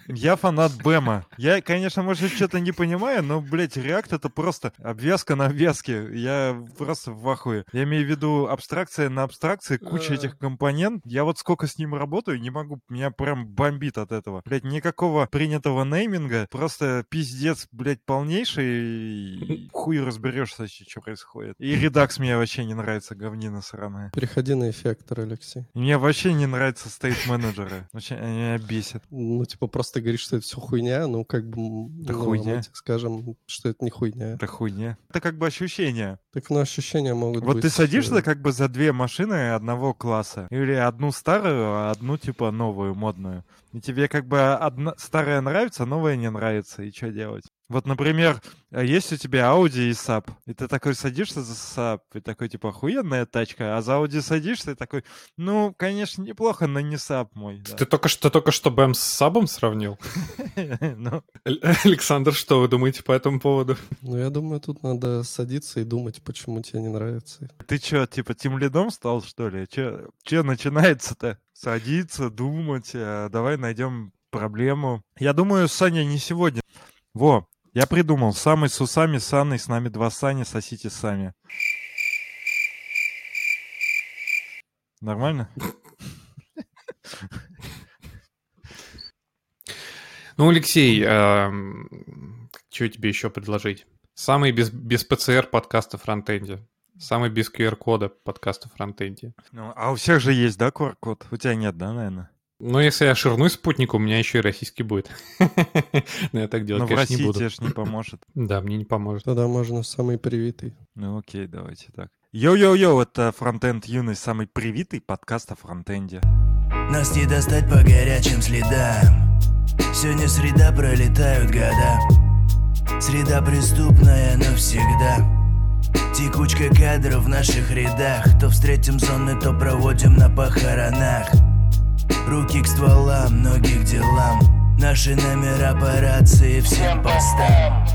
Я фанат Бэма. Я, конечно, может, что-то не понимаю, но, блядь, React — это просто обвязка на обвязке. Я просто в ахуе. Я имею в виду абстракция на абстракции, куча этих компонент. Я вот сколько с ним работаю, не могу, меня прям бомбит от этого. Блядь, никакого принятого нейминга, просто пиздец, блядь, полнейший. И хуй разберешься, что происходит. И редакс мне вообще не нравится, говнина сраная. Переходи на эффектор, Алексей. Мне вообще не нравятся стейт-менеджеры. Вообще, они меня бесят. Ну, типа, просто говоришь, что это все хуйня, ну, как бы, Это ну, хуйня. мы тебе скажем, что это не хуйня. Это хуйня. Это как бы ощущение. Так, ну, ощущения могут Вот быть... ты садишься как бы за две машины одного класса. Или одну старую, а одну типа новую, модную. И тебе как бы одна старая нравится, а новая не нравится. И что делать? Вот, например, есть у тебя Audi и Saab, и ты такой садишься за Saab, и такой, типа, охуенная тачка, а за Audi садишься, и такой, ну, конечно, неплохо, но не Saab мой. Да. Ты только что Бэм с Сабом сравнил? Ну, Александр, что вы думаете по этому поводу? Ну, я думаю, тут надо садиться и думать, почему тебе не нравится. ты что, типа, тимлидом стал, что ли? Че начинается-то? Садиться, думать, давай найдем проблему. Я думаю, Саня не сегодня. Во, я придумал. Самый с усами, с Анной, с нами два Сани, сосите сами. Нормально? Ну, Алексей, что тебе еще предложить? Самый без ПЦР подкаста фронтенде. Самый без QR-кода подкаста фронтенде. Ну, а у всех же есть, да, QR-код? У тебя нет, да, наверное? Ну, если я ширнусь спутник, у меня еще и российский будет. Но я так делать, Но в конечно, не России буду. тебе ж не поможет. Да, мне не поможет. Тогда можно самый привитый. Ну окей, давайте так. Йоу-йоу-йоу, это Фронтенд Юный, самый привитый подкаст о фронтенде. Нас не достать по горячим следам. Сегодня среда, пролетают года. Среда преступная навсегда. Текучка кадров в наших рядах. То встретим зоны, то проводим на похоронах. Руки к стволам, ноги к делам. Наши номера по рации всем постам.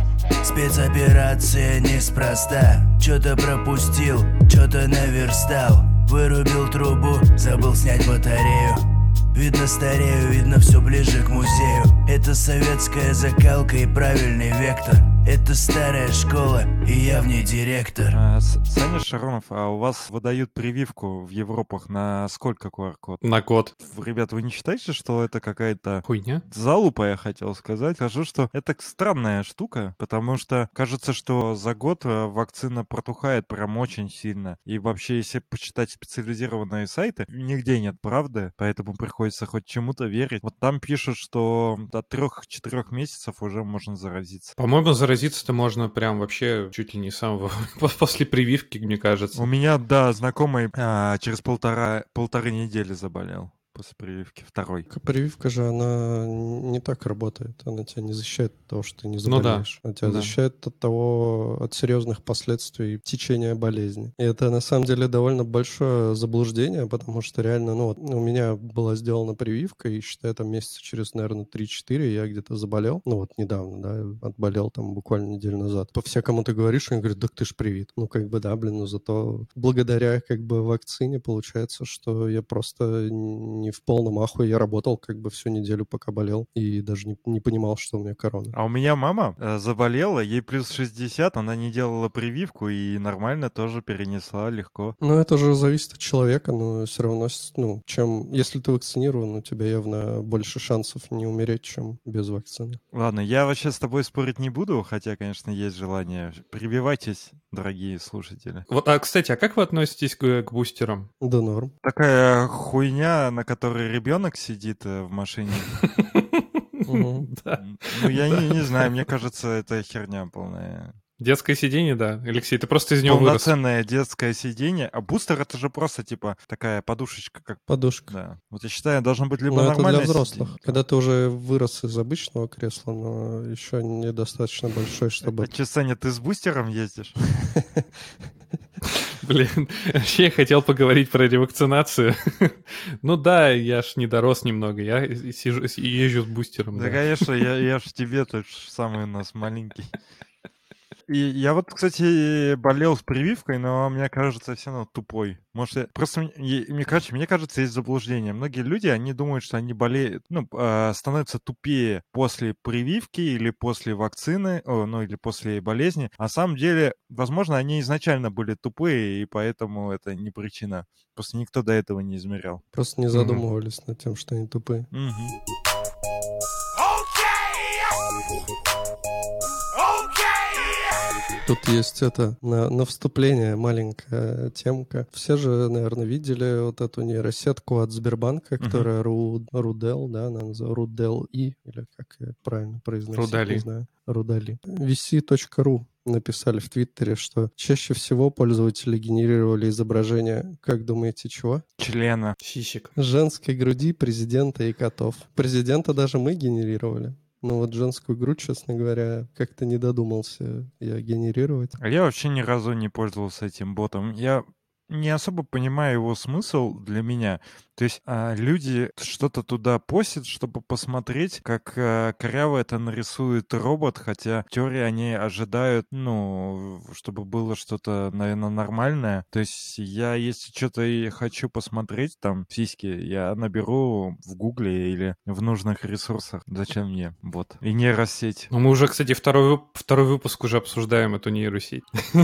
Спецоперация неспроста. Чё-то пропустил, чё-то наверстал. Вырубил трубу, забыл снять батарею. Видно старею, видно все ближе к музею. Это советская закалка и правильный вектор. Это старая школа, и я в ней директор. Саня Шаронов, а у вас выдают прививку в Европах на сколько QR-код? На год. Ребят, вы не считаете, что это какая-то Хуйня? залупа, я хотел сказать? Скажу, что это странная штука, потому что кажется, что за год вакцина протухает прям очень сильно. И вообще, если почитать специализированные сайты, нигде нет правды, поэтому приходится хоть чему-то верить. Вот там пишут, что до 3-4 месяцев уже можно заразиться. По-моему, заразиться-то можно прям вообще чуть ли не самого после прививки, мне кажется. У меня, да, знакомый через полторы недели заболел. После прививки второй. Прививка же, она не так работает. Она тебя не защищает от того, что ты не заболеешь. Она тебя защищает от того, от серьезных последствий течения болезни. И это, на самом деле, довольно большое заблуждение, потому что реально, ну, вот у меня была сделана прививка, и, считай, там месяца через, наверное, 3-4 я где-то заболел. Ну, вот недавно, да, отболел там буквально неделю назад. По всякому ты говоришь, они говорят, так ты ж привит. Ну, как бы, да, блин, но зато благодаря, как бы, вакцине получается, что я просто не в полном ахуе. Я работал как бы всю неделю, пока болел, и даже не понимал, что у меня корона. А у меня мама заболела, ей плюс 60, она не делала прививку и нормально тоже перенесла легко. Ну, это же зависит от человека, но все равно, ну, чем, если ты вакцинирован, у тебя явно больше шансов не умереть, чем без вакцины. Ладно, я вообще с тобой спорить не буду, хотя, конечно, есть желание. Прививайтесь, дорогие слушатели. Вот, кстати, а как вы относитесь к бустерам? Да норм. Такая хуйня, на которой ребенок сидит в машине. Ну, я не знаю, мне кажется, это херня полная. Детское сиденье, да. Алексей, ты просто из него вырос. Полноценное детское сиденье. А бустер — это же просто, типа, такая подушечка. Как... Подушка. Да. Вот я считаю, должно быть либо но нормальное это для взрослых. сиденье. Когда ты уже вырос из обычного кресла, но еще недостаточно большой, чтобы... А че, Саня, ты с бустером ездишь? Блин, вообще я хотел поговорить про ревакцинацию. Ну да, я ж не дорос немного, я езжу с бустером. Да, конечно, я ж тебе, ты ж самый у нас маленький. я вот, кстати, болел с прививкой, но мне кажется, все равно тупой. Может, просто, мне кажется, есть заблуждение. Многие люди, они думают, что они болеют, становятся тупее после прививки или после вакцины, или после болезни. А на самом деле, возможно, они изначально были тупые, и поэтому это не причина. Просто никто до этого не измерял. Просто не задумывались над тем, что они тупые. Тут есть на вступление маленькая темка. Все же, наверное, видели вот эту нейросетку от Сбербанка, которая Рудел, да, она называется Рудел-И, или как ее правильно произносить, не знаю. Рудали. VC.ru написали в Твиттере, что чаще всего пользователи генерировали изображение, как думаете, чего? Члена. Сисек. Женской груди президента и котов. Президента даже мы генерировали. Ну вот женскую грудь, честно говоря, как-то не додумался я генерировать. А я вообще ни разу не пользовался этим ботом. Я не особо понимаю его смысл для меня. То есть люди что-то туда постят, чтобы посмотреть, как коряво это нарисует робот, хотя в теории они ожидают, чтобы было что-то, наверное, нормальное. То есть я, если что-то и хочу посмотреть, там, сиськи, я наберу в Гугле или в нужных ресурсах. Зачем мне? Вот. И нейросеть. Ну, мы уже, кстати, второй выпуск уже обсуждаем эту нейросеть.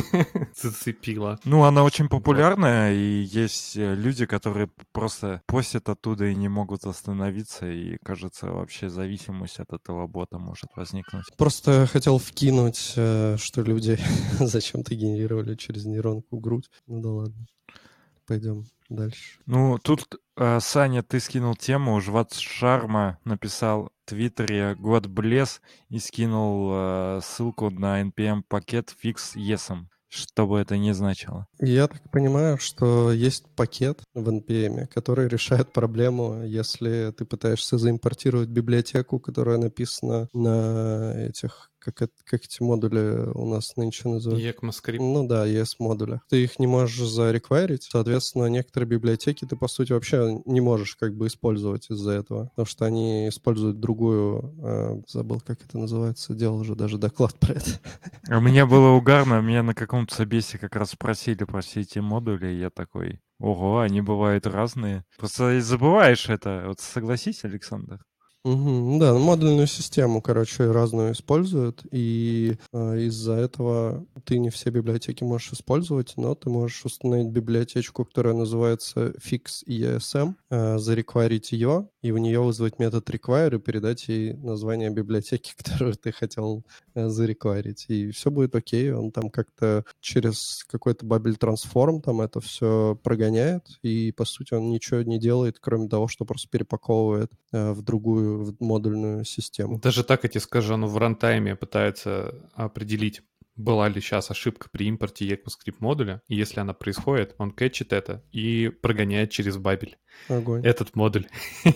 Зацепила. Она очень популярная, и есть люди, которые просто постят оттуда и не могут остановиться, и, кажется, вообще зависимость от этого бота может возникнуть. Просто хотел вкинуть, что люди зачем-то генерировали через нейронку грудь. Ну да ладно. Пойдем дальше. Тут, Саня, ты скинул тему, Жват Шарма написал в Твиттере God bless и скинул ссылку на NPM-пакет Fix Yes'ом. Что бы это ни значило. Я так понимаю, что есть пакет в NPM, который решает проблему, если ты пытаешься заимпортировать библиотеку, которая написана на этих... Как эти модули у нас нынче называют? ECMAScript. Ну да, ES-модули. Ты их не можешь зареквайрить, соответственно, некоторые библиотеки ты, по сути, вообще не можешь как бы использовать из-за этого, потому что они используют другую... забыл, как это называется, делал уже даже доклад про это. Мне было угарно, меня на каком-то собесе как раз спросили про все эти модули, и я такой, ого, они бывают разные. Просто забываешь это, вот согласись, Александр? Да, модульную систему, разную используют, и из-за этого ты не все библиотеки можешь использовать, но ты можешь установить библиотечку, которая называется fix.esm, зареквайрить ее, и у нее вызвать метод require и передать ей название библиотеки, которую ты хотел зареквайрить. И все будет окей, он там как-то через какой-то Babel Transform там это все прогоняет, и по сути он ничего не делает, кроме того, что просто перепаковывает в другую в модульную систему. Даже так я тебе скажу, оно в рантайме пытается определить, была ли сейчас ошибка при импорте ECMAScript модуля, и если она происходит, он кэтчит это и прогоняет через Babel. Огонь. Этот модуль.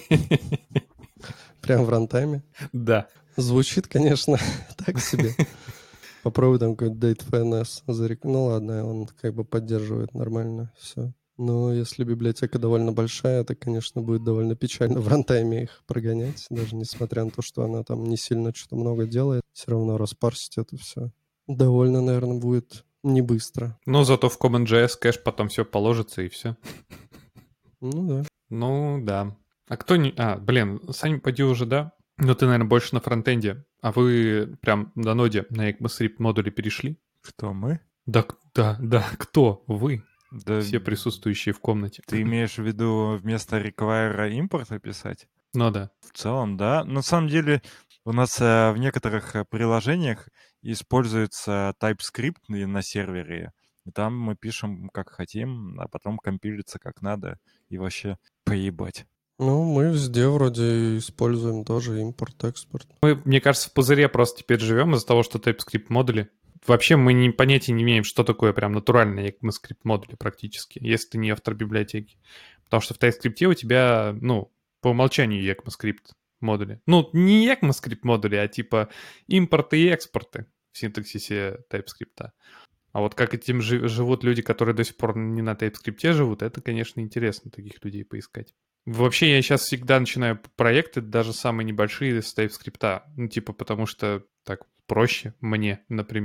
Прям в рантайме? Да. Звучит, конечно, так себе. Попробуй там какой-то DateFNS. Ну ладно, он как бы поддерживает нормально все. Но если библиотека довольно большая, то, конечно, будет довольно печально в рантайме их прогонять, даже несмотря на то, что она там не сильно что-то много делает, все равно распарсить это все довольно, наверное, будет не быстро. Но зато в CommonJS кэш потом все положится и все. Ну да. Ну да. А кто не... Сань, поди уже, да? Но ты, наверное, больше на фронтенде. А вы прям на ноде на ECMAScript модуле перешли? Кто, мы? Да, кто? Вы? Да, все присутствующие в комнате. Ты имеешь в виду вместо require импорта писать? Ну да. В целом, да. На самом деле у нас в некоторых приложениях используется TypeScript на сервере. И там мы пишем как хотим, а потом компилится как надо. И вообще поебать. Ну, мы везде вроде используем тоже импорт-экспорт. Мы, мне кажется, в пузыре просто теперь живем из-за того, что TypeScript модули. Вообще мы понятия не имеем, что такое прям натуральные ECMAScript модули практически, если ты не автор библиотеки. Потому что в TypeScript у тебя, по умолчанию ECMAScript модули. Не ECMAScript модули, а типа импорты и экспорты в синтаксисе TypeScript. А вот как этим живут люди, которые до сих пор не на TypeScript живут, это, конечно, интересно таких людей поискать. Вообще, я сейчас всегда начинаю проекты, даже самые небольшие, с TypeScript. Потому что так проще мне, например.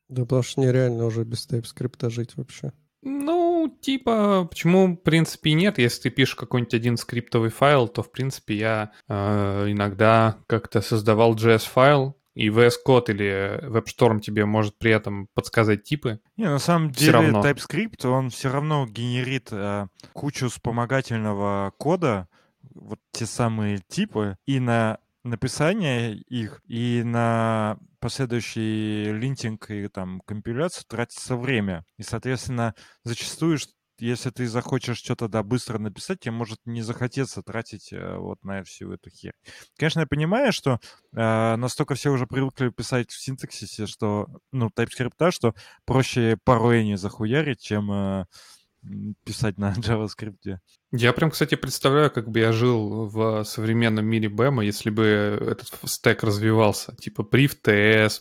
Да потому что нереально уже без TypeScript жить вообще. Ну, типа, почему, в принципе, и нет? Если ты пишешь какой-нибудь один скриптовый файл, то, в принципе, я иногда как-то создавал JS-файл, и VS Code или WebStorm тебе может при этом подсказать типы. Не, на самом Все деле равно. TypeScript, он все равно генерит кучу вспомогательного кода, вот те самые типы, и на написание их, и на последующий линтинг и там компиляцию тратится время. И, соответственно, зачастую, если ты захочешь что-то быстро написать, тебе может не захотеться тратить вот на всю эту херь. Конечно, я понимаю, что настолько все уже привыкли писать в синтаксисе, что, ну, TypeScript, что проще порой не захуярить, чем писать на JavaScript. Я прям, кстати, представляю, как бы я жил в современном мире BEM, если бы этот стек развивался. Типа priv.ts,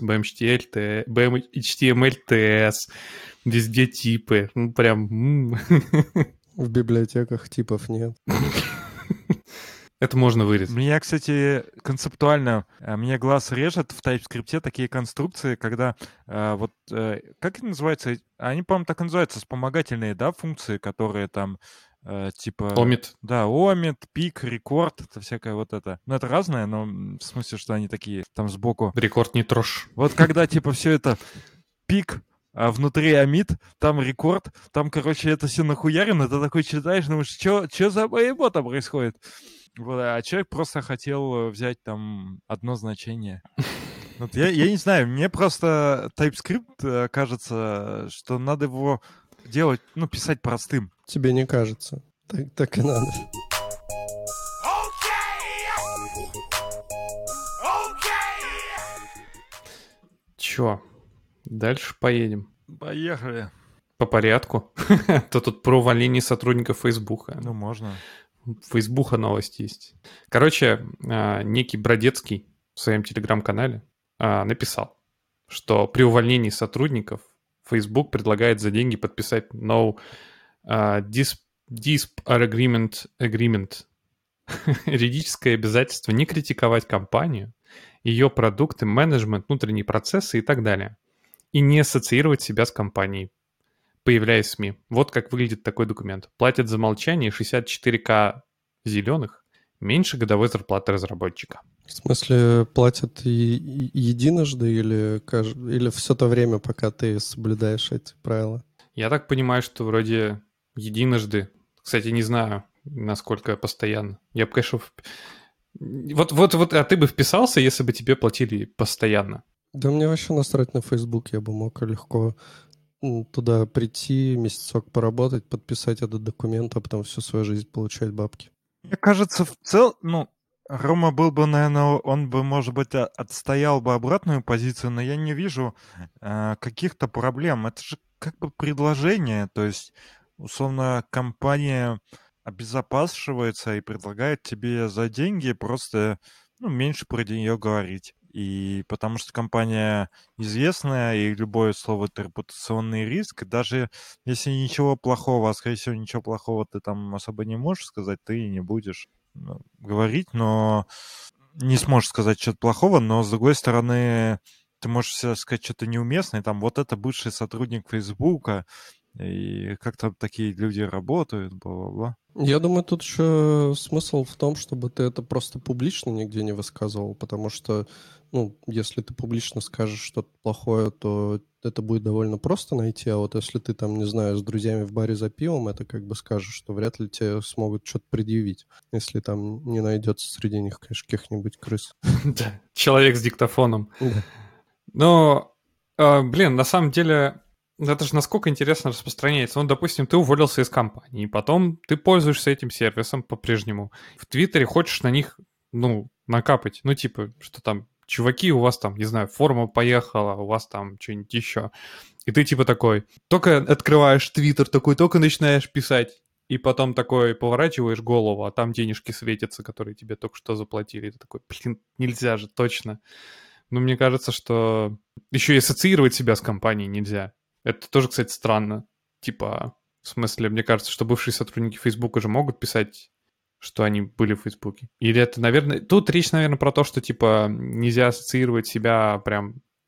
BEM-HTML.ts, везде типы. Ну, прям... В библиотеках типов нет. Это можно вырезать. Меня, кстати, концептуально, мне глаз режет в TypeScript такие конструкции, когда как это называется? Они, по-моему, так и называются, вспомогательные, да, функции, которые там типа... Omit. Да, omit, пик, рекорд, это всякое вот это. Ну, это разное, но в смысле, что они такие там сбоку. Рекорд не трожь. Вот когда, типа, все это пик, а внутри омит, там рекорд, там, короче, это все нахуярено, ты такой читаешь, думаешь, что за боебота происходит? Вот, а человек просто хотел взять там одно значение. Вот я не знаю, мне просто TypeScript кажется, что надо его делать, ну, писать простым. Тебе не кажется. Так и надо. Чё? Дальше поедем. Поехали. По порядку. То тут про увольнение сотрудников Фейсбука. Ну, можно. Фейсбука новость есть. Короче, некий Бродецкий в своем телеграм-канале написал, что при увольнении сотрудников Facebook предлагает за деньги подписать no disagreement юридическое обязательство не критиковать компанию, ее продукты, менеджмент, внутренние процессы и так далее, и не ассоциировать себя с компанией, появляясь в СМИ. Вот как выглядит такой документ. Платят за молчание 64К зеленых, меньше годовой зарплаты разработчика. В смысле, платят единожды или все то время, пока ты соблюдаешь эти правила? Я так понимаю, что вроде единожды. Кстати, не знаю, насколько постоянно. Я бы, конечно... А ты бы вписался, если бы тебе платили постоянно? Да мне вообще насрать на Facebook, я бы мог легко туда прийти, месяцок поработать, подписать этот документ, а потом всю свою жизнь получать бабки. Мне кажется, в целом, Рома был бы, наверное, он бы, может быть, отстоял бы обратную позицию, но я не вижу каких-то проблем. Это же как бы предложение, то есть, условно, компания обезопасивается и предлагает тебе за деньги просто, меньше про нее говорить. И потому что компания известная, и любое слово — это репутационный риск. Даже если ничего плохого, а скорее всего ничего плохого ты там особо не можешь сказать, ты и не будешь говорить, но не сможешь сказать что-то плохого, но с другой стороны, ты можешь сказать что-то неуместное, там вот это бывший сотрудник Фейсбука, и как-то такие люди работают, бла-бла-бла. Я думаю, тут еще смысл в том, чтобы ты это просто публично нигде не высказывал, потому что, если ты публично скажешь что-то плохое, то это будет довольно просто найти, а вот если ты там, не знаю, с друзьями в баре за пивом, это как бы скажешь, что вряд ли тебе смогут что-то предъявить, если там не найдется среди них, конечно, каких-нибудь крыс. Да, человек с диктофоном. Да. Но, на самом деле... Это же насколько интересно распространяется. Допустим, ты уволился из компании, потом ты пользуешься этим сервисом по-прежнему. В Твиттере хочешь на них, накапать. Что там, чуваки, у вас там, не знаю, форма поехала, у вас там что-нибудь еще. И ты такой, только открываешь Твиттер, только начинаешь писать. И потом такой поворачиваешь голову, а там денежки светятся, которые тебе только что заплатили. И ты такой, нельзя же, точно. Но мне кажется, что еще и ассоциировать себя с компанией нельзя. Это тоже, кстати, странно. В смысле, мне кажется, что бывшие сотрудники Facebook уже могут писать, что они были в Фейсбуке. Или это, наверное... Тут речь, наверное, про то, что, нельзя ассоциировать себя прям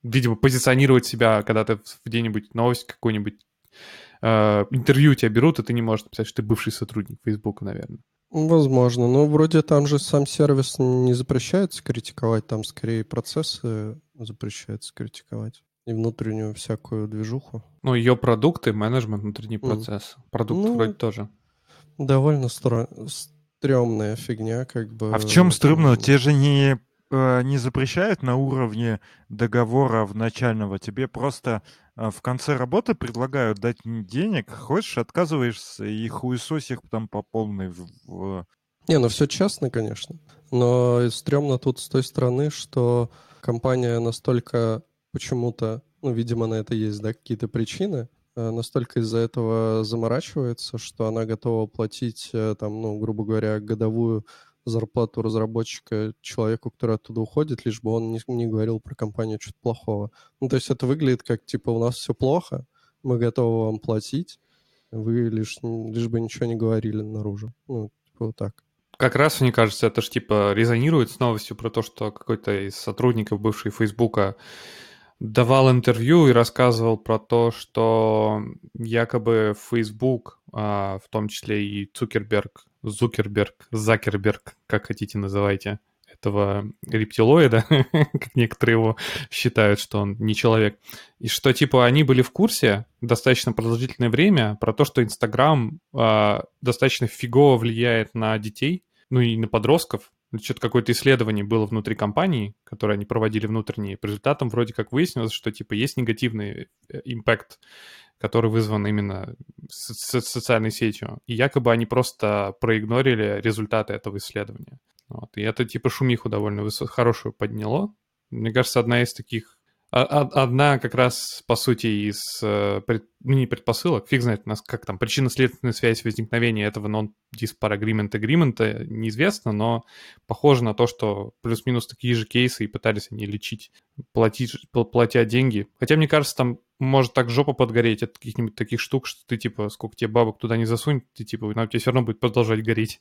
видимо, позиционировать себя, когда ты где-нибудь новость какую-нибудь, интервью тебя берут, и ты не можешь написать, что ты бывший сотрудник Фейсбука, наверное. Возможно. Но вроде там же сам сервис не запрещается критиковать, там скорее процессы запрещается критиковать. И внутреннюю всякую движуху. Ну, ее продукты, менеджмент, внутренний процесс. Продукт вроде тоже. Довольно стрёмная фигня, как бы. А в чем стрёмно? Те же не запрещают на уровне договора начального. Тебе просто в конце работы предлагают дать денег. Хочешь, отказываешься и хуесось их там по полной. Не, ну все честно, конечно. Но стрёмно тут с той стороны, что компания настолько почему-то, ну, видимо, на это есть, да, какие-то причины, настолько из-за этого заморачивается, что она готова платить, там, ну, грубо говоря, годовую зарплату разработчика человеку, который оттуда уходит, лишь бы он не говорил про компанию что-то плохого. Ну, то есть это выглядит как, типа, у нас все плохо, мы готовы вам платить, вы лишь бы ничего не говорили наружу. Ну, типа вот так. Как раз, мне кажется, это же типа резонирует с новостью про то, что какой-то из сотрудников бывшей Фейсбука давал интервью и рассказывал про то, что якобы Facebook, в том числе и Закерберг, как хотите называйте, этого рептилоида, как некоторые его считают, что он не человек, и что типа они были в курсе достаточно продолжительное время про то, что Инстаграм достаточно фигово влияет на детей, ну и на подростков. Что-то какое-то исследование было внутри компании, которое они проводили внутренние. По результатам вроде как выяснилось, что типа есть негативный импакт, который вызван именно социальной сетью. И якобы они просто проигнорили результаты этого исследования. Вот. И это типа шумиху довольно хорошую подняло. Мне кажется, одна как раз, по сути, из, не предпосылок, фиг знает, у нас как там, причинно-следственная связь возникновения этого non-dispar agreement неизвестна, но похоже на то, что плюс-минус такие же кейсы и пытались они лечить, платя деньги. Хотя, мне кажется, там может так жопа подгореть от каких-нибудь таких штук, что ты, типа, сколько тебе бабок туда не засунь, ты, типа, нам тебе все равно будет продолжать гореть.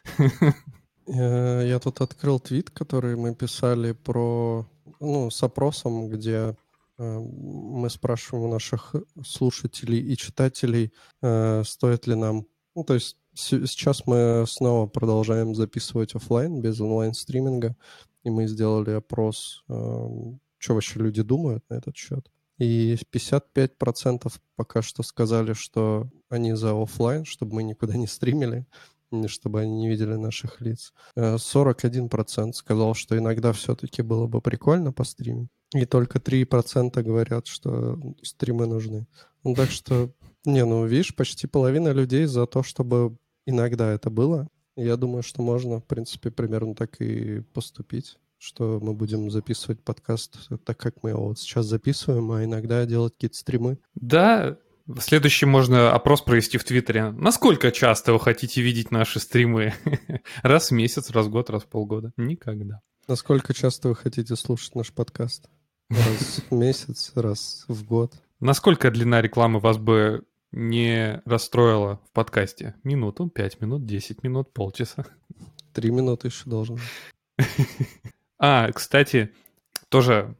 Я тут открыл твит, который мы писали с опросом, где мы спрашиваем у наших слушателей и читателей, стоит ли нам... Ну, то есть сейчас мы снова продолжаем записывать офлайн, без онлайн-стриминга, и мы сделали опрос, что вообще люди думают на этот счет. И 55% пока что сказали, что они за офлайн, чтобы мы никуда не стримили, чтобы они не видели наших лиц. 41% сказал, что иногда все-таки было бы прикольно постримить. И только 3% говорят, что стримы нужны. Ну, так что, видишь, почти половина людей за то, чтобы иногда это было. Я думаю, что можно, в принципе, примерно так и поступить, что мы будем записывать подкаст так, как мы его вот сейчас записываем, а иногда делать какие-то стримы. Да, в следующем можно опрос провести в Твиттере. Насколько часто вы хотите видеть наши стримы? Раз в месяц, раз в год, раз в полгода? Никогда. Насколько часто вы хотите слушать наш подкаст? Раз в месяц, раз в год? Насколько длина рекламы вас бы не расстроила в подкасте? Минуту, 5 минут, 10 минут, полчаса? 3 минуты еще должно. Кстати, тоже,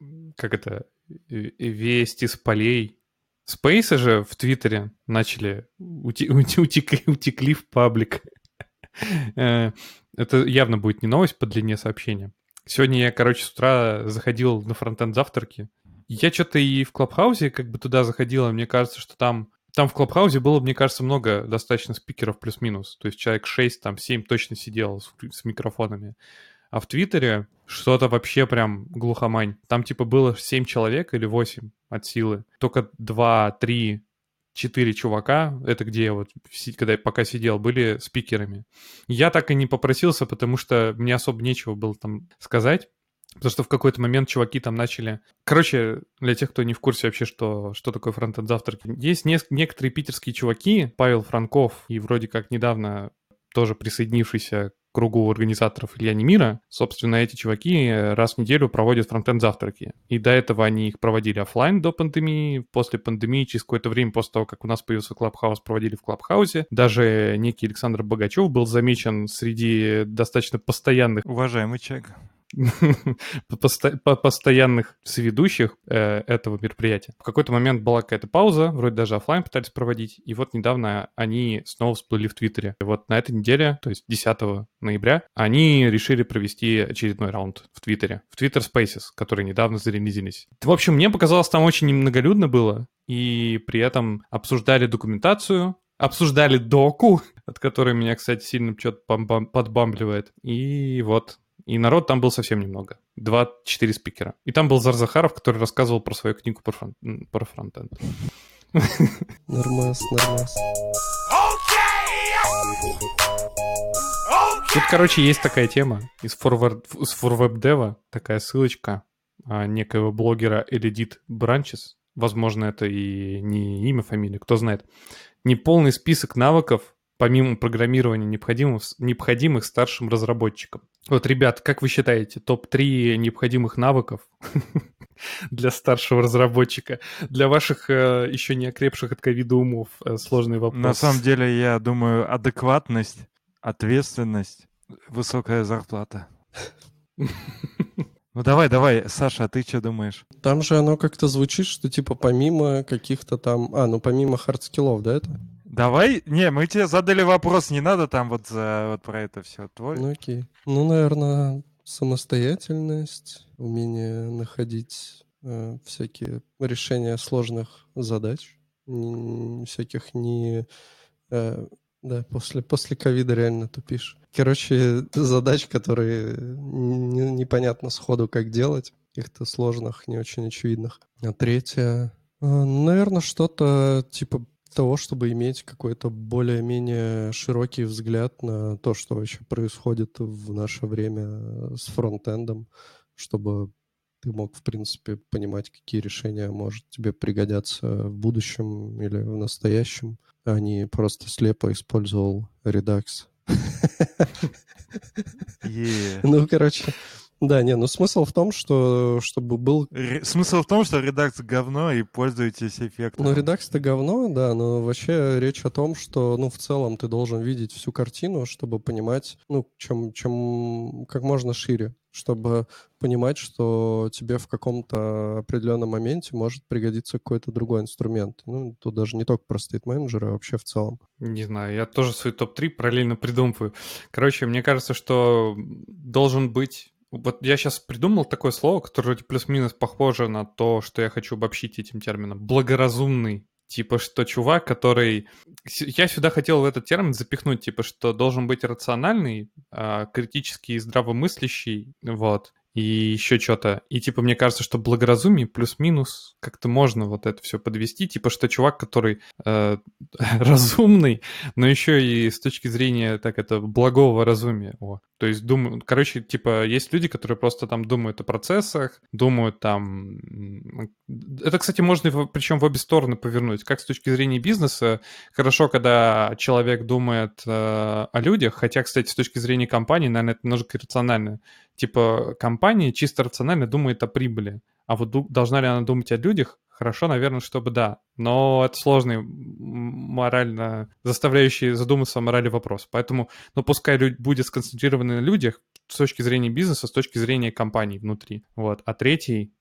весть из полей. Спейсы же в Твиттере начали, утекли в паблик. Это явно будет не новость по длине сообщения. Сегодня я, с утра заходил на фронтенд завтраки. Я что-то и в Клабхаусе туда заходил, мне кажется, что там в Клабхаусе было, мне кажется, много достаточно спикеров плюс-минус. То есть человек 6, там 7 точно сидел с микрофонами. А в Твиттере что-то вообще прям глухомань. Там было 7 человек или 8 от силы. Только 2, 3, 4 чувака, это где я когда я пока сидел, были спикерами. Я так и не попросился, потому что мне особо нечего было там сказать. Потому что в какой-то момент чуваки там начали... для тех, кто не в курсе вообще, что такое фронтенд завтраки. Есть некоторые питерские чуваки, Павел Франков и вроде как недавно тоже присоединившийся к кругу организаторов Илья Немира. Собственно, эти чуваки раз в неделю проводят фронтенд-завтраки. И до этого они их проводили офлайн до пандемии. После пандемии, через какое-то время после того, как у нас появился Клабхаус, проводили в Клабхаусе. Даже некий Александр Богачев был замечен среди достаточно постоянных... Уважаемый человек. постоянных соведущих этого мероприятия. В какой-то момент была какая-то пауза, вроде даже офлайн пытались проводить, и вот недавно они снова всплыли в Твиттере. И вот на этой неделе, то есть 10 ноября, они решили провести очередной раунд в Твиттере, в Twitter Spaces, которые недавно зарелизились. В общем, мне показалось, там очень немноголюдно было, и при этом обсуждали документацию, обсуждали доку, от которой меня, кстати, сильно что-то подбамбливает. И вот. И народ там был совсем немного. 2-4 спикера. И там был Зар Захаров, который рассказывал про свою книгу про фронтенд. Нормас. Тут, короче, есть такая тема из ForWebDev, такая ссылочка некоего блогера Edit Branches. Возможно, это и не имя, фамилия, кто знает. Неполный список навыков, помимо программирования, необходимых старшим разработчикам. Вот, ребят, как вы считаете, топ-3 необходимых навыков для старшего разработчика, для ваших еще не окрепших от ковида умов? Сложный вопрос. На самом деле, я думаю, адекватность, ответственность, высокая зарплата. Ну давай, Саша, а ты что думаешь? Там же оно как-то звучит, что типа помимо каких-то там... помимо хардскиллов, да, это? Давай, мы тебе задали вопрос, не надо там вот про это все. Ну окей. Ну, наверное, самостоятельность, умение находить всякие решения сложных задач, всяких не... Да, после ковида реально тупишь. Короче, задач, которые непонятно сходу как делать, каких-то сложных, не очень очевидных. А третье, наверное, что-то типа того, чтобы иметь какой-то более-менее широкий взгляд на то, что вообще происходит в наше время с фронтендом, чтобы ты мог, в принципе, понимать, какие решения, может, тебе пригодятся в будущем или в настоящем, а не просто слепо использовал Redux. Ну, короче, да, смысл в том, что чтобы был... Смысл в том, что Redux говно и пользуйтесь эффектом. Ну, Redux-то говно, да, но вообще речь о том, что, в целом ты должен видеть всю картину, чтобы понимать, чем как можно шире, чтобы понимать, что тебе в каком-то определенном моменте может пригодиться какой-то другой инструмент. Тут даже не только про стейт-менеджеры, а вообще в целом. Не знаю, я тоже свой топ-3 параллельно придумываю. Короче, мне кажется, что должен быть... Вот я сейчас придумал такое слово, которое плюс-минус похоже на то, что я хочу обобщить этим термином. Благоразумный. Типа, что чувак, который... Я сюда хотел в этот термин запихнуть, типа, что должен быть рациональный, критический и здравомыслящий, вот, и еще что-то. И, типа, мне кажется, что благоразумие плюс-минус как-то можно вот это все подвести, типа, что чувак, который разумный, но еще и с точки зрения, благого разумия. То есть, короче, типа, есть люди, которые просто там думают о процессах, думают там... Это, кстати, можно причем в обе стороны повернуть. Как с точки зрения бизнеса, хорошо, когда человек думает о людях, хотя, кстати, с точки зрения компании, наверное, это немножко иррационально. Типа, компания чисто рационально думает о прибыли. А вот должна ли она думать о людях? Хорошо, наверное, чтобы да. Но это сложный, морально заставляющий задуматься о морали вопрос. Поэтому, пускай будет сконцентрирован на людях с точки зрения бизнеса, с точки зрения компании внутри. Вот. А третий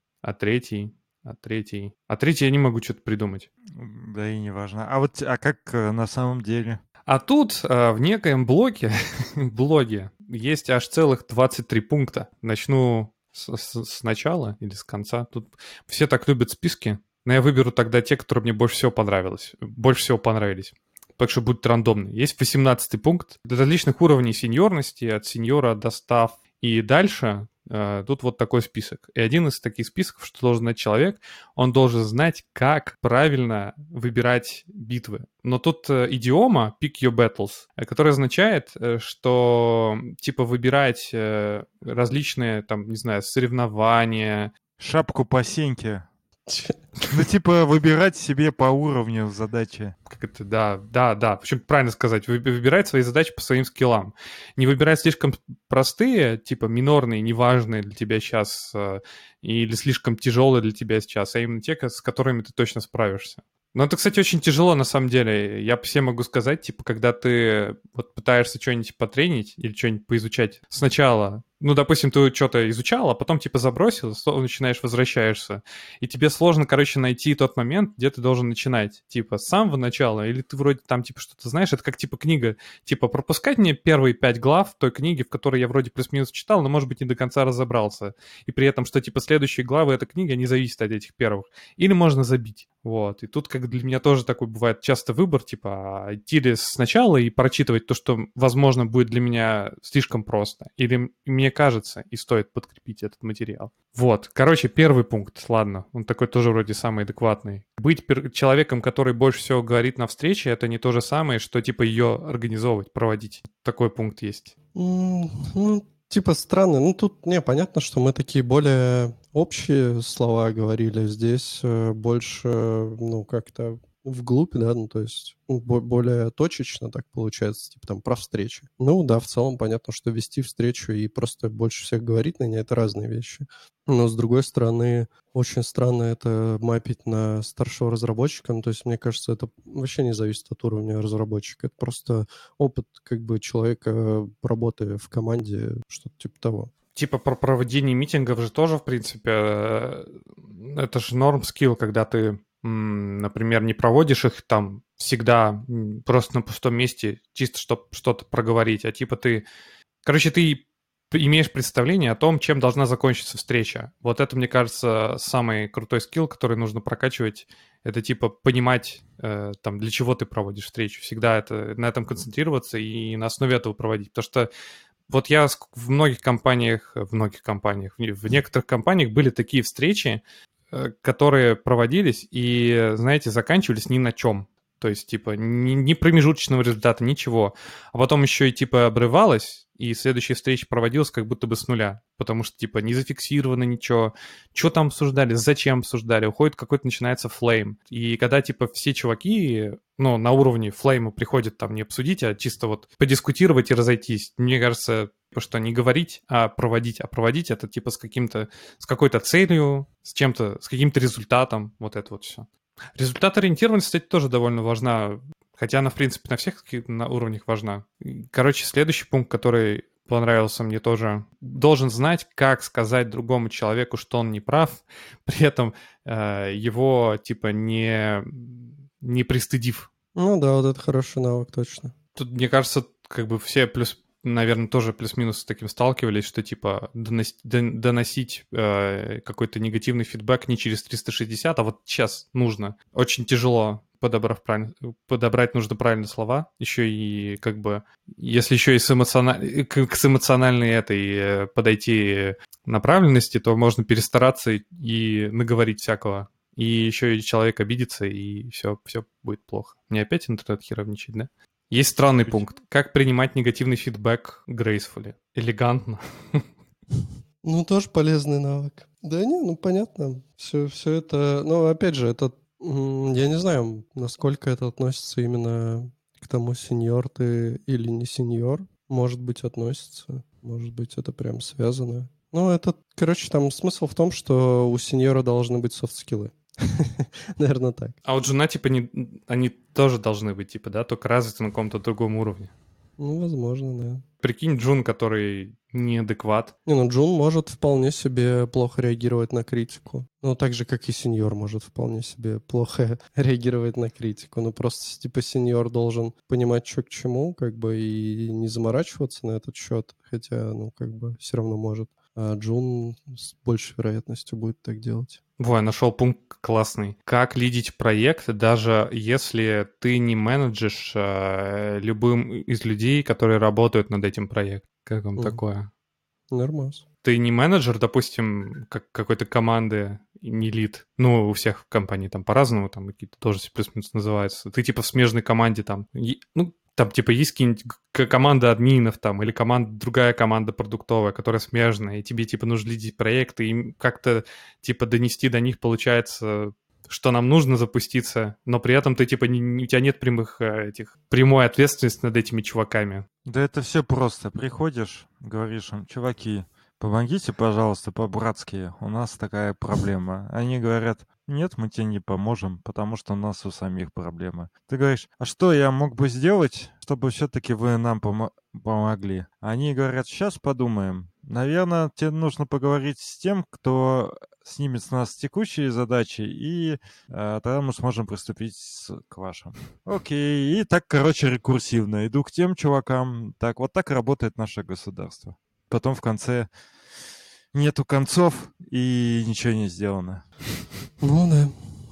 я не могу что-то придумать. Да и не важно. А как на самом деле? А тут в некоем блоге есть аж целых 23 пункта. Начну с начала или с конца. Тут все так любят списки, но я выберу тогда те, которые мне больше всего понравились. Так что будет рандомно. Есть 18-й пункт. Для различных уровней сеньорности, от сеньора до стафф и дальше. Тут вот такой список. И один из таких списков, что должен знать человек, он должен знать, как правильно выбирать битвы. Но тут идиома pick your battles, которая означает, что типа выбирать различные, там, не знаю, соревнования. Шапку по сеньке. Типа выбирать себе по уровню задачи. Как это, да. Причем правильно сказать, выбирать свои задачи по своим скиллам. Не выбирать слишком простые, типа минорные, неважные для тебя сейчас, или слишком тяжелые для тебя сейчас, а именно те, с которыми ты точно справишься. Но это, кстати, очень тяжело на самом деле. Я всем могу сказать, типа, когда ты вот пытаешься что-нибудь потренить или что-нибудь поизучать сначала, ну, допустим, ты что-то изучал, а потом, типа, забросил, начинаешь, возвращаешься, и тебе сложно, короче, найти тот момент, где ты должен начинать, типа, с самого начала, или ты вроде там, типа, что-то знаешь, это как, типа, книга, типа, пропускать мне первые 5 глав той книги, в которой я вроде плюс-минус читал, но, может быть, не до конца разобрался, и при этом, что, типа, следующие главы этой книги, они зависят от этих первых, или можно забить, вот, и тут, как для меня тоже такой бывает часто выбор, типа, идти ли сначала и прочитывать то, что, возможно, будет для меня слишком просто, или мне кажется, и стоит подкрепить этот материал. Вот, короче, первый пункт, ладно, он такой тоже вроде самый адекватный. Быть человеком, который больше всего говорит на встрече, это не то же самое, что, типа, ее организовывать, проводить. Такой пункт есть. Ну, типа странно. Ну, тут, понятно, что мы такие более общие слова говорили. Здесь больше, ну, как-то вглубь, да, ну, то есть более точечно так получается, типа там про встречи. Ну, да, в целом понятно, что вести встречу и просто больше всех говорить на ней — это разные вещи. Но, с другой стороны, очень странно это мапить на старшего разработчика. Ну, то есть, мне кажется, это вообще не зависит от уровня разработчика. Это просто опыт, как бы, человека, работы в команде, что-то типа того. Типа про проведение митингов же тоже, в принципе, это же норм-скилл, когда ты, например, не проводишь их там всегда просто на пустом месте, чисто чтобы что-то проговорить, а типа ты... Короче, ты имеешь представление о том, чем должна закончиться встреча. Вот это, мне кажется, самый крутой скилл, который нужно прокачивать. Это типа понимать, там, для чего ты проводишь встречу. Всегда на этом концентрироваться и на основе этого проводить. Потому что вот я в некоторых компаниях были такие встречи, которые проводились и, знаете, заканчивались ни на чем. То есть, типа, ни промежуточного результата, ничего. А потом еще и, типа, обрывалось, и следующая встреча проводилась как будто бы с нуля. Потому что, типа, не зафиксировано ничего. Что там обсуждали, зачем обсуждали. Уходит какой-то, начинается флейм. И когда, типа, все чуваки, ну, на уровне флейма приходят там не обсудить, а чисто вот подискутировать и разойтись. Мне кажется, что не говорить, а проводить. А проводить это, типа, с какой-то целью, с каким-то результатом. Вот это вот все. Результат-ориентированность, кстати, тоже довольно важна, хотя она, в принципе, на всех уровнях важна. Короче, следующий пункт, который понравился мне тоже, должен знать, как сказать другому человеку, что он не прав, при этом его, типа, не пристыдив. Ну да, вот это хороший навык, точно. Тут, мне кажется, как бы все наверное, тоже плюс-минус с таким сталкивались, что, типа, доносить какой-то негативный фидбэк не через 360, а вот сейчас нужно. Очень тяжело подобрать нужно правильные слова. Еще и, как бы, если еще и к эмоциональной этой подойти направленности, то можно перестараться и наговорить всякого. И еще и человек обидится, и все будет плохо. Мне опять интернет херовничает, да? Есть странный пункт. Как принимать негативный фидбэк gracefully? Элегантно. Ну, тоже полезный навык. Да не, ну понятно. Все это... Ну, опять же, это... Я не знаю, насколько это относится именно к тому, сеньор ты или не сеньор. Может быть, относится. Может быть, это прям связано. Ну, это, короче, там смысл в том, что у сеньора должны быть софт-скиллы. Наверное, так. А вот жена, типа, они тоже должны быть, типа, да, только развиты на каком-то другом уровне. Ну, возможно, да. Прикинь, Джун, который неадекват. Ну, Джун может вполне себе плохо реагировать на критику. Ну, так же, как и сеньор может вполне себе плохо реагировать на критику. Ну, просто, типа, сеньор должен понимать, что к чему, как бы, и не заморачиваться на этот счет, хотя, ну, как бы, все равно может. А Джун с большей вероятностью будет так делать. Я нашел пункт классный. Как лидить проект, даже если ты не менеджишь любым из людей, которые работают над этим проектом. Как вам такое? Нормально. Ты не менеджер, допустим, какой-то команды, не лид. Ну, у всех компаний там по-разному, там какие-то должности плюс-минус называются. Ты типа в смежной команде там. Ну, там типа есть какие-нибудь команда админов там или другая команда продуктовая, которая смежная, и тебе типа нужно лидить проекты, и как-то типа донести до них, получается, что нам нужно запуститься, но при этом ты типа у тебя нет прямой ответственности над этими чуваками. Да это все просто. Приходишь, говоришь им: чуваки, Помогите, пожалуйста, по-братски. У нас такая проблема. Они говорят, нет, мы тебе не поможем, потому что у нас у самих проблемы. Ты говоришь, а что я мог бы сделать, чтобы все-таки вы нам помогли? Они говорят, сейчас подумаем. Наверное, тебе нужно поговорить с тем, кто снимет с нас текущие задачи, и тогда мы сможем приступить к вашим. Окей, и так, короче, рекурсивно. Иду к тем чувакам. Так, вот так работает наше государство. Потом в конце нету концов и ничего не сделано. Ну да.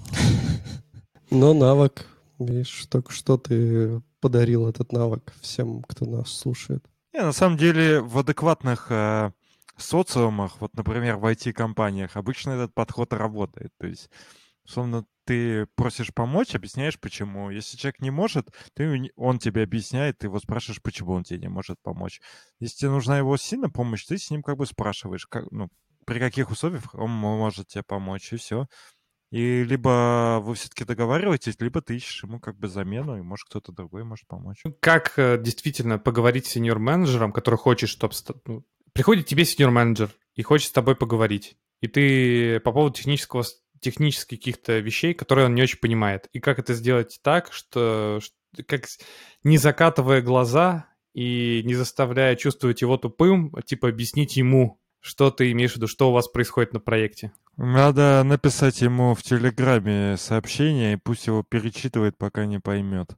Но навык, видишь, только что ты подарил этот навык всем, кто нас слушает. Не, на самом деле в адекватных социумах, вот, например, в IT-компаниях, обычно этот подход работает. То есть, условно, ты просишь помочь, объясняешь, почему. Если человек не может, он тебе объясняет, ты его спрашиваешь, почему он тебе не может помочь. Если тебе нужна его сильная помощь, ты с ним как бы спрашиваешь, при каких условиях он может тебе помочь, и все. И либо вы все-таки договариваетесь, либо ты ищешь ему как бы замену, и может кто-то другой может помочь. Как действительно поговорить с сеньор-менеджером, который хочет, чтобы... приходит тебе сеньор-менеджер и хочет с тобой поговорить, и ты по поводу технических каких-то вещей, которые он не очень понимает. И как это сделать так, что как не закатывая глаза и не заставляя чувствовать его тупым, типа объяснить ему, что ты имеешь в виду, что у вас происходит на проекте. Надо написать ему в Телеграме сообщение, и пусть его перечитывает, пока не поймет.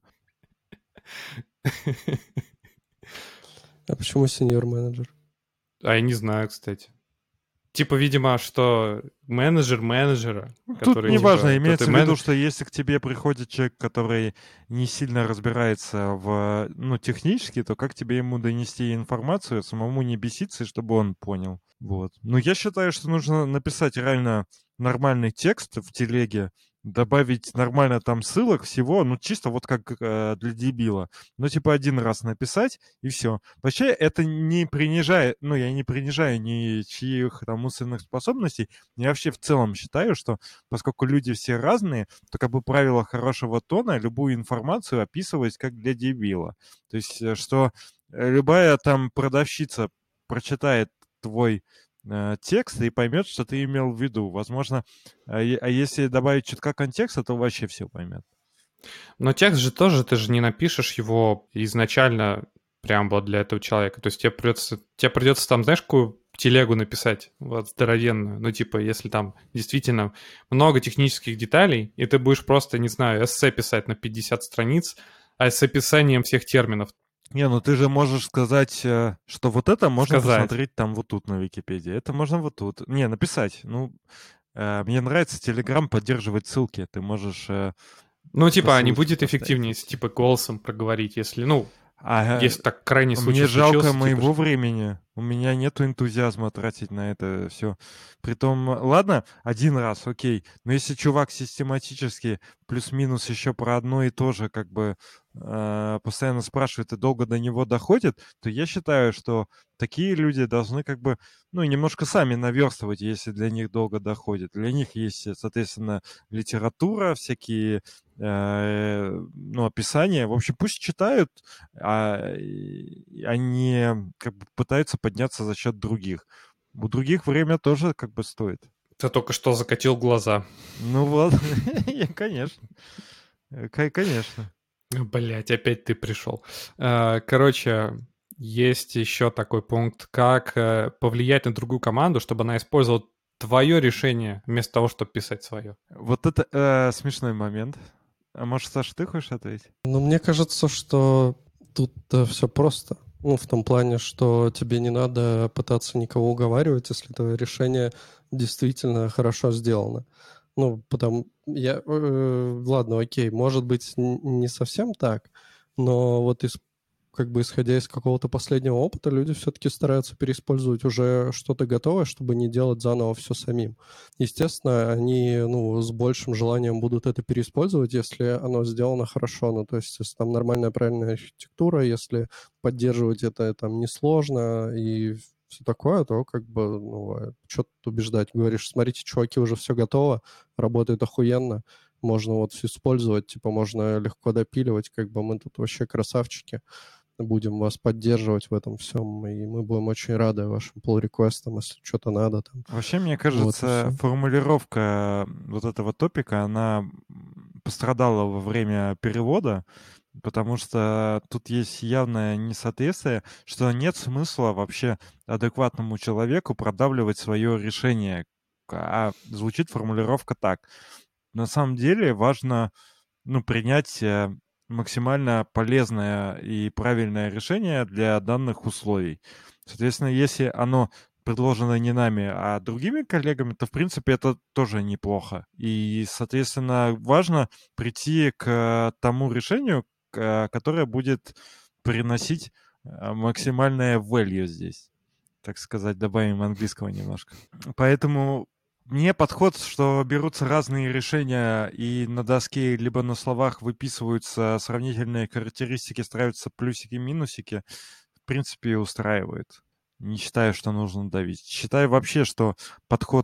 А почему сеньор-менеджер? А я не знаю, кстати. Типа, видимо, что менеджер менеджера, Тут неважно, имеется в виду, что если к тебе приходит человек, который не сильно разбирается в, технически, то как тебе ему донести информацию, самому не беситься, чтобы он понял. Вот. Но я считаю, что нужно написать реально нормальный текст в телеге, добавить нормально там ссылок всего, чисто вот как для дебила. Один раз написать, и все. Вообще, это не принижает, я не принижаю ничьих там умственных способностей. Я вообще в целом считаю, что поскольку люди все разные, то как бы правило хорошего тона любую информацию описывать как для дебила. То есть, что любая там продавщица прочитает твой текст и поймет, что ты имел в виду. Возможно, а если добавить чутка контекста, то вообще все поймет. Но текст же тоже, ты же не напишешь его изначально прям вот для этого человека. То есть тебе придется там, знаешь, какую телегу написать, вот, здоровенную. Если там действительно много технических деталей, и ты будешь просто, не знаю, эссе писать на 50 страниц, а с описанием всех терминов. Не, ты же можешь сказать, что вот это можно посмотреть там вот тут на Википедии. Это можно вот тут. Не, написать. Мне нравится Telegram поддерживать ссылки. Ты можешь... не будет эффективнее, если, голосом проговорить, если, если так крайний случай мне случился. Жалко моего времени. У меня нету энтузиазма тратить на это все. Притом, ладно, один раз, окей. Но если чувак систематически плюс-минус еще про одно и то же как бы постоянно спрашивает и долго до него доходит, то я считаю, что такие люди должны как бы, немножко сами наверстывать, если для них долго доходит. Для них есть, соответственно, литература, всякие описания. В общем, пусть читают, они как бы пытаются подняться за счет других. У других время тоже как бы стоит. Ты только что закатил глаза. Конечно. Конечно. Блять, опять ты пришел. Короче, есть еще такой пункт, как повлиять на другую команду, чтобы она использовала твое решение вместо того, чтобы писать свое. Вот это смешной момент. А может, Саша, ты хочешь ответить? Мне кажется, что тут все просто. В том плане, что тебе не надо пытаться никого уговаривать, если твое решение действительно хорошо сделано. Ладно, окей, может быть, не совсем так, но вот исходя из какого-то последнего опыта, люди все-таки стараются переиспользовать уже что-то готовое, чтобы не делать заново все самим. Естественно, они, с большим желанием будут это переиспользовать, если оно сделано хорошо. То есть, если там нормальная, правильная архитектура, если поддерживать это там несложно и все такое, то что тут убеждать? Говоришь, смотрите, чуваки, уже все готово, работает охуенно, можно все использовать, можно легко допиливать, мы тут вообще красавчики. будем вас поддерживать в этом всем, и мы будем очень рады вашим pull-реквестам, если что-то надо там. Вообще, мне кажется, формулировка вот этого топика, она пострадала во время перевода, потому что тут есть явное несоответствие, что нет смысла вообще адекватному человеку продавливать свое решение, а звучит формулировка так. На самом деле важно принять максимально полезное и правильное решение для данных условий. Соответственно, если оно предложено не нами, а другими коллегами, то, в принципе, это тоже неплохо. И, соответственно, важно прийти к тому решению, которое будет приносить максимальное value здесь. Так сказать, добавим английского немножко. Поэтому мне подход, что берутся разные решения и на доске либо на словах выписываются сравнительные характеристики, ставятся плюсики, минусики, в принципе, устраивает. Не считаю, что нужно давить. Считаю вообще, что подход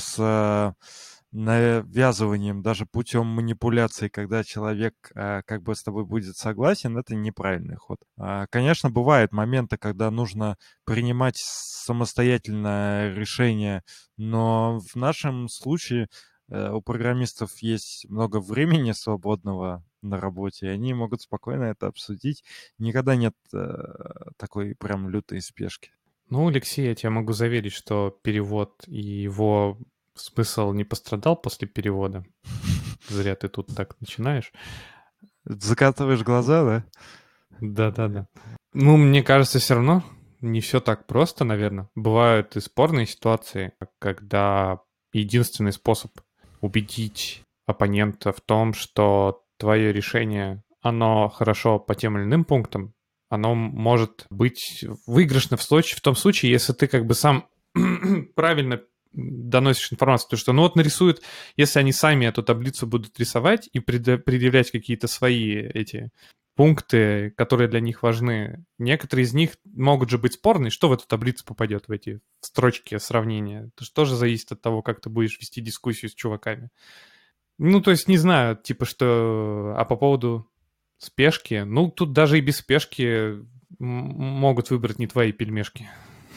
с навязыванием, даже путем манипуляции, когда человек как бы с тобой будет согласен, это неправильный ход. Конечно, бывают моменты, когда нужно принимать самостоятельное решение, но в нашем случае у программистов есть много времени свободного на работе, и они могут спокойно это обсудить. Никогда нет такой прям лютой спешки. Ну, Алексей, я тебе могу заверить, что перевод и его смысл не пострадал после перевода. Зря ты тут так начинаешь. Закатываешь глаза, да? Да-да-да. Ну, мне кажется, все равно не все так просто, наверное. Бывают и спорные ситуации, когда единственный способ убедить оппонента в том, что твое решение, оно хорошо по тем или иным пунктам, оно может быть выигрышно в том случае, если ты как бы сам правильно доносишь информацию, то что нарисуют, если они сами эту таблицу будут рисовать и предъявлять какие-то свои эти пункты, которые для них важны, некоторые из них могут же быть спорные, что в эту таблицу попадет, в эти строчки сравнения. Это же тоже зависит от того, как ты будешь вести дискуссию с чуваками. Ну, то есть, не знаю, типа, что... А по поводу спешки, тут даже и без спешки могут выбрать не твои пельмешки.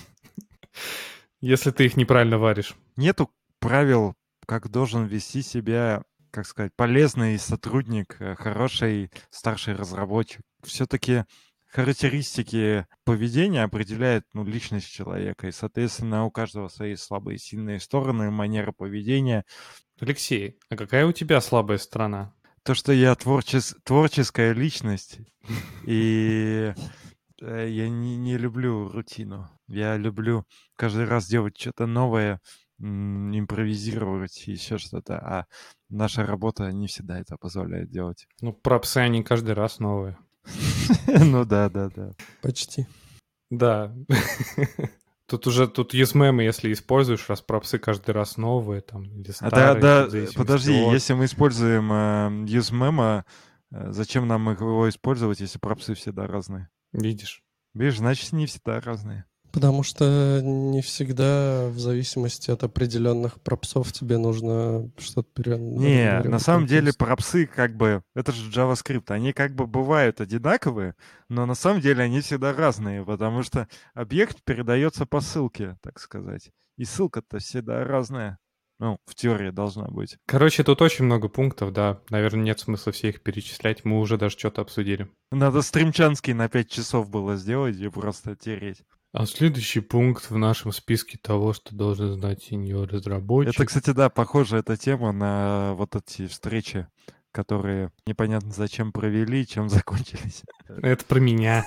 Если ты их неправильно варишь. Нету правил, как должен вести себя, как сказать, полезный сотрудник, хороший старший разработчик. Все-таки характеристики поведения определяют личность человека. И, соответственно, у каждого свои слабые и сильные стороны, манера поведения. Алексей, а какая у тебя слабая сторона? То, что я творческая личность. И... Я не люблю рутину. Я люблю каждый раз делать что-то новое, импровизировать, еще что-то. А наша работа не всегда это позволяет делать. Пропсы, они каждый раз новые. Ну да. Почти. Да. Тут use-мемы, если используешь, раз пропсы каждый раз новые, там, или старые. Да, подожди, если мы используем use-мема, зачем нам его использовать, если пропсы всегда разные? Видишь, значит, не всегда разные. Потому что не всегда в зависимости от определенных пропсов тебе нужно что-то переносить. Не, на самом деле пропсы это же JavaScript, они бывают одинаковые, но на самом деле они всегда разные, потому что объект передается по ссылке, так сказать. И ссылка-то всегда разная. В теории должна быть. Короче, тут очень много пунктов, да. Наверное, нет смысла все их перечислять. Мы уже даже что-то обсудили. Надо стримчанский на 5 часов было сделать и просто тереть. А следующий пункт в нашем списке того, что должен знать сеньор-разработчик. Это, кстати, да, похоже, эта тема на вот эти встречи, которые непонятно зачем провели, чем закончились. Это про меня.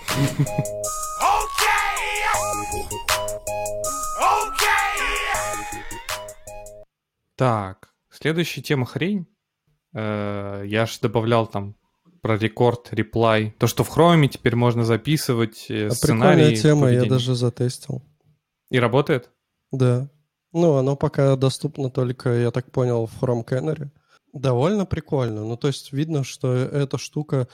Так, следующая тема хрень. Я ж добавлял там про рекорд, реплай. То, что в Chrome теперь можно записывать сценарии. Прикольная тема, я даже затестил. И работает? Да. Оно пока доступно только, я так понял, в Chrome Canary. Довольно прикольно. То есть видно, что эта штука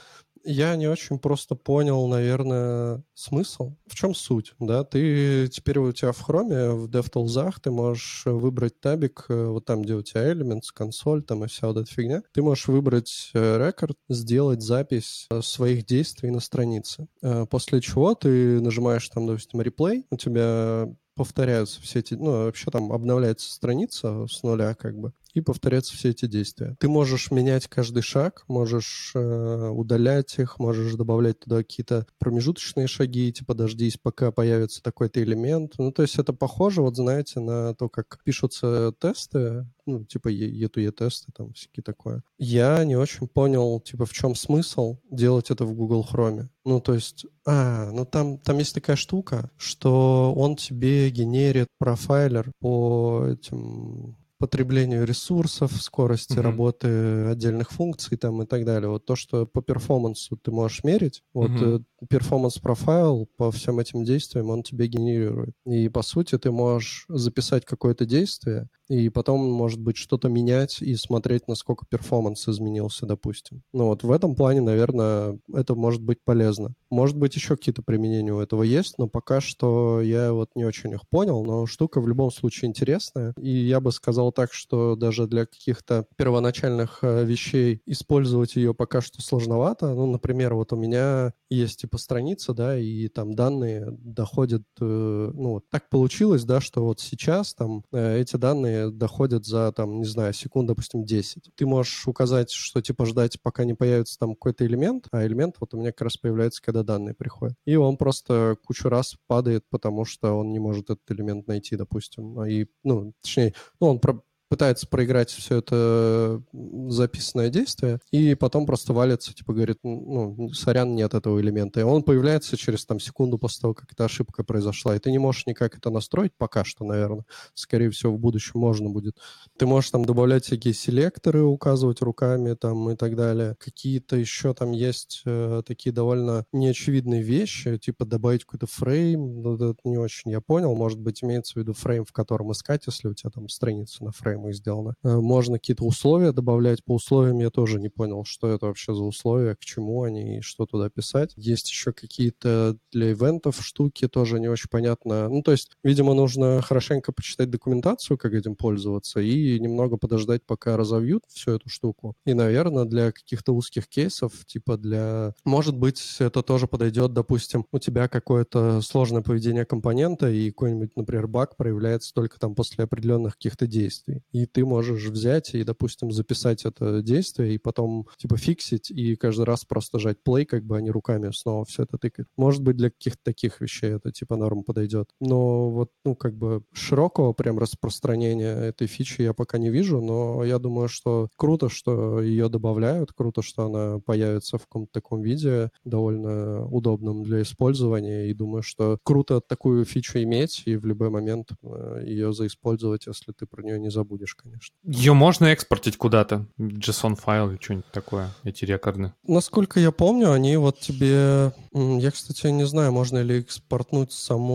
Я не очень просто понял, наверное, смысл. В чем суть, да? Ты теперь у тебя в Chrome, в DevTools ты можешь выбрать табик, вот там, где у тебя Elements, консоль, там и вся вот эта фигня. Ты можешь выбрать рекорд, сделать запись своих действий на странице. После чего ты нажимаешь там, допустим, replay, у тебя повторяются все эти, ну, вообще там обновляется страница с нуля как бы, и повторяются все эти действия. Ты можешь менять каждый шаг, можешь удалять их, можешь добавлять туда какие-то промежуточные шаги, типа дождись, пока появится такой-то элемент. Ну, то есть это похоже, вот знаете, на то, как пишутся тесты, ну, типа E2E-тесты, там всякие такое. Я не очень понял, типа, в чем смысл делать это в Google Chrome. Ну, то есть, ну там есть такая штука, что он тебе генерит профайлер по этим потреблению ресурсов, скорости работы отдельных функций там и так далее. Вот то, что по перформансу ты можешь мерить, вот перформанс-профайл по всем этим действиям он тебе генерирует. И, по сути, ты можешь записать какое-то действие, и потом, может быть, что-то менять и смотреть, насколько перформанс изменился, допустим. Ну вот в этом плане, наверное, это может быть полезно. Может быть, еще какие-то применения у этого есть, но пока что я вот не очень их понял, но штука в любом случае интересная. И я бы сказал так, что даже для каких-то первоначальных вещей использовать ее пока что сложновато. Ну, например, вот у меня есть типа страница, да, и там данные доходят, ну, вот так получилось, да, что вот сейчас там эти данные доходят за, там, не знаю, секунд, допустим, 10. Ты можешь указать, что типа ждать, пока не появится там какой-то элемент, а элемент вот у меня как раз появляется, когда данные приходят. И он просто кучу раз падает, потому что он не может этот элемент найти, допустим. И, ну, точнее, ну, он пытается проиграть все это записанное действие, и потом просто валится, типа говорит, ну, сорян, нет этого элемента. И он появляется через там секунду после того, как эта ошибка произошла. И ты не можешь никак это настроить пока что, наверное. Скорее всего, в будущем можно будет. Ты можешь там добавлять всякие селекторы, указывать руками там и так далее. Какие-то еще там есть такие довольно неочевидные вещи, типа добавить какой-то фрейм. Ну, это не очень я понял. Может быть, имеется в виду фрейм, в котором искать, если у тебя там страница на фрейм сделано. Можно какие-то условия добавлять. По условиям я тоже не понял, что это вообще за условия, к чему они и что туда писать. Есть еще какие-то для ивентов штуки, тоже не очень понятно. Ну, то есть, видимо, нужно хорошенько почитать документацию, как этим пользоваться, и немного подождать, пока разовьют всю эту штуку. И, наверное, для каких-то узких кейсов, типа для... Может быть, это тоже подойдет, допустим, у тебя какое-то сложное поведение компонента, и какой-нибудь, например, баг проявляется только там после определенных каких-то действий. И ты можешь взять и, допустим, записать это действие и потом, типа, фиксить и каждый раз просто жать play, как бы, а не руками снова все это тыкать. Может быть, для каких-то таких вещей это, типа, норм подойдет. Но вот, ну, как бы, широкого прям распространения этой фичи я пока не вижу, но я думаю, что круто, что ее добавляют, круто, что она появится в каком-то таком виде, довольно удобном для использования, и думаю, что круто такую фичу иметь и в любой момент ее заиспользовать, если ты про нее не забудешь, конечно. Ее можно экспортить куда-то? JSON-файл или что-нибудь такое, эти рекорды? Насколько я помню, они вот тебе... Я, кстати, не знаю, можно ли экспортнуть сам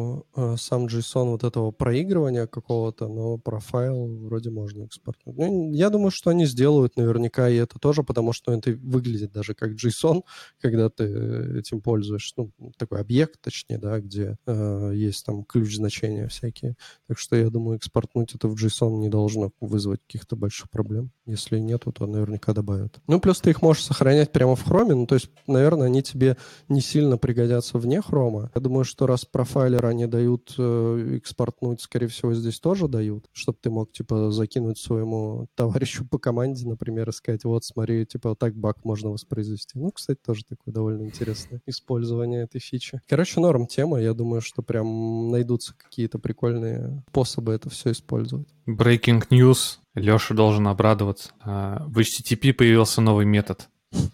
JSON вот этого проигрывания какого-то, но профайл вроде можно экспортнуть. Ну, я думаю, что они сделают наверняка и это тоже, потому что это выглядит даже как JSON, когда ты этим пользуешься. Ну, такой объект, точнее, да, где есть там ключ-значения всякие. Так что я думаю, экспортнуть это в JSON не должно вызвать каких-то больших проблем. Если нету, то наверняка добавят. Ну, плюс ты их можешь сохранять прямо в Chrome. Ну, то есть, наверное, они тебе не сильно пригодятся вне Chrome. Я думаю, что раз профайлер они дают экспортнуть, скорее всего, здесь тоже дают, чтобы ты мог, типа, закинуть своему товарищу по команде, например, и сказать, вот, смотри, типа, вот так баг можно воспроизвести. Ну, кстати, тоже такое довольно интересное использование этой фичи. Короче, норм тема. Я думаю, что прям найдутся какие-то прикольные способы это все использовать. Breaking news. Леша должен обрадоваться. В HTTP появился новый метод.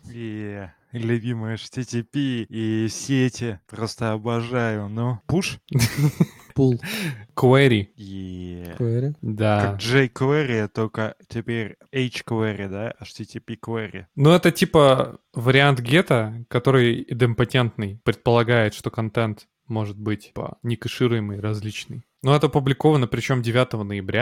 Любимый HTTP и сети. Просто обожаю. Ну, push? Pull. Query. Query. Да. Как jQuery, только теперь HQuery, да? HTTP query. Ну, это типа вариант гета, который идемпотентный. Предполагает, что контент может быть некэшируемый, различный. Но это опубликовано, причем 9 ноября.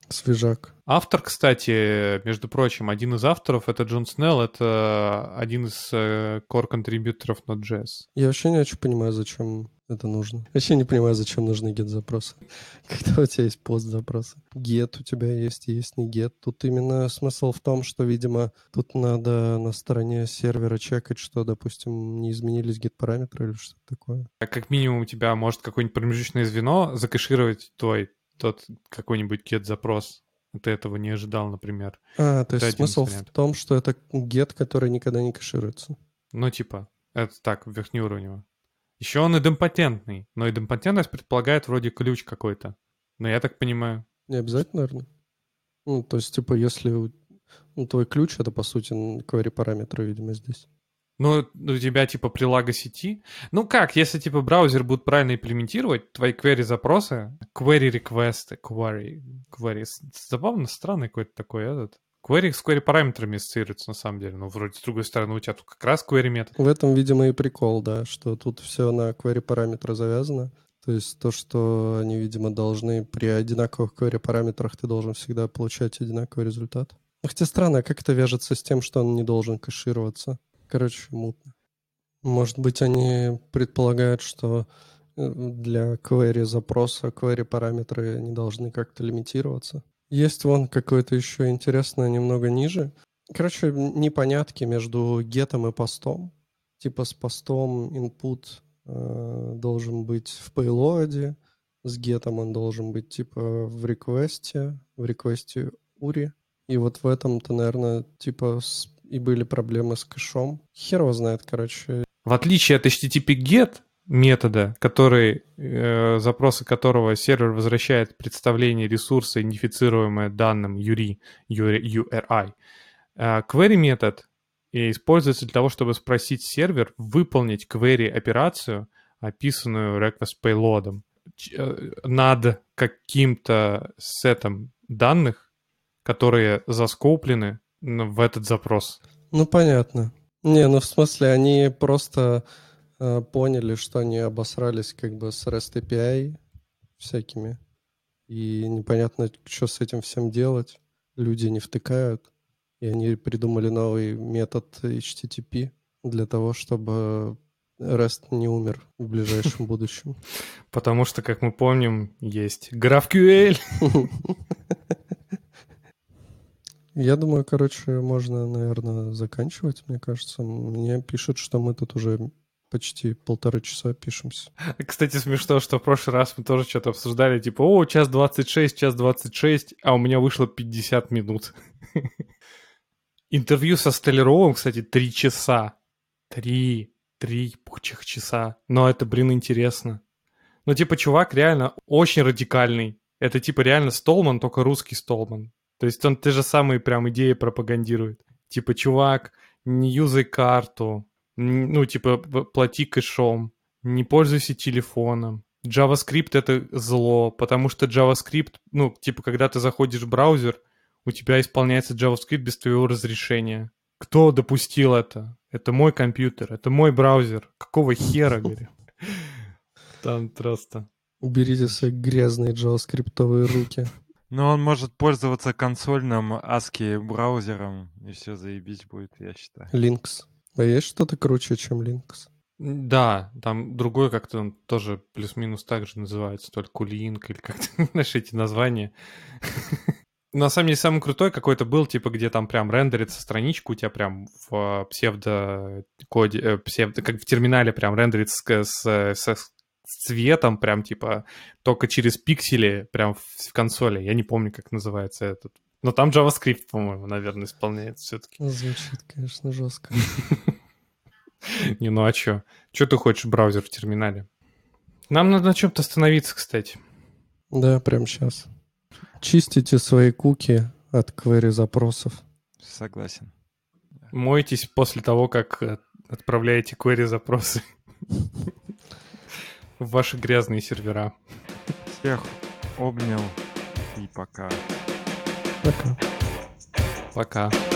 Свежак. Автор, кстати, между прочим, один из авторов, это Джон Снелл, это один из core-контрибьюторов Node.js. Я вообще не очень понимаю, зачем это нужно. Вообще не понимаю, зачем нужны get-запросы. Когда у тебя есть пост-запросы. Get у тебя есть не get. Тут именно смысл в том, что, видимо, тут надо на стороне сервера чекать, что, допустим, не изменились get-параметры или что-то такое. Как минимум у тебя может какое-нибудь промежуточное звено закэшировать тот какой-нибудь get-запрос. Ты этого не ожидал, например. То есть смысл в том, что это get, который никогда не кэшируется. Ну, типа, это так, верхнеуровнево. Еще он идемпотентный, но идемпотентность предполагает вроде ключ какой-то. Но я так понимаю. Не обязательно, наверное. Ну, то есть, типа, если твой ключ, это, по сути, query-параметры, видимо, здесь. Ну, у тебя, типа, прилага сети. Ну как, если, типа, браузер будет правильно имплементировать твои query-запросы, query-реквесты, query... Забавно, странный какой-то такой этот. Query с query-параметрами ассоциируется, на самом деле. Но вроде, с другой стороны, у тебя тут как раз query-метод. В этом, видимо, и прикол, да, что тут все на query-параметры завязано. То есть то, что они, видимо, должны при одинаковых query-параметрах, ты должен всегда получать одинаковый результат. Хотя странно, как это вяжется с тем, что он не должен кэшироваться? Короче, мутно. Может быть, они предполагают, что для query-запроса query-параметры не должны как-то лимитироваться. Есть вон какое-то еще интересное немного ниже. Короче, непонятки между гетом и постом. Типа с постом input должен быть в payload, с гетом он должен быть типа в реквесте URI. И вот в этом-то, наверное, типа и были проблемы с кэшом. Хер его знает, короче. В отличие от HTTP-GET метода, запросы которого сервер возвращает представление ресурса, идентифицируемое данным URI, query метод используется для того, чтобы спросить сервер выполнить query-операцию, описанную request payload, над каким-то сетом данных, которые заскоплены в этот запрос. Ну, понятно. Не, ну в смысле, они просто поняли, что они обосрались как бы с REST API всякими, и непонятно, что с этим всем делать. Люди не втыкают, и они придумали новый метод HTTP для того, чтобы REST не умер в ближайшем будущем. Потому что, как мы помним, есть GraphQL. Я думаю, короче, можно, наверное, заканчивать, мне кажется. Мне пишут, что мы тут уже почти 1,5 часа пишемся. Кстати, смешно, что в прошлый раз мы тоже что-то обсуждали, типа, час 26, а у меня вышло 50 минут. Интервью со Столяровым, кстати, 3 часа. 3 пучих часа. Но это, интересно. Ну, типа, чувак реально очень радикальный. Это, типа, реально Столман, только русский Столман. То есть он те же самые прям идеи пропагандирует. Типа, чувак, не юзай карту, ну, типа, плати кэшом, не пользуйся телефоном. JavaScript — это зло, потому что JavaScript, ну, типа, когда ты заходишь в браузер, у тебя исполняется JavaScript без твоего разрешения. Кто допустил это? Это мой компьютер, это мой браузер. Какого хера, говорю? Там просто... Уберите свои грязные JavaScript-овые руки. Но он может пользоваться консольным ASCII браузером, и все заебись будет, я считаю. Lynx. А есть что-то круче, чем Lynx? Да, там другой как-то он тоже плюс-минус так же называется, то ли Kulink или как-то, знаешь, эти названия. На самом деле самый крутой какой-то был, типа, где там прям рендерится страничка, у тебя прям в псевдокоде, как в терминале прям рендерится с цветом, прям типа только через пиксели прям в консоли. Я не помню, как называется этот. Но там JavaScript, по-моему, наверное, исполняется все-таки. Звучит, конечно, жестко. Не, ну а чё? Чё ты хочешь браузер в терминале? Нам надо на чем-то остановиться, кстати. Да, прямо сейчас. Чистите свои куки от query-запросов. Согласен. Мойтесь после того, как отправляете query-запросы в ваши грязные сервера. Всех обнял и пока. Пока. Пока.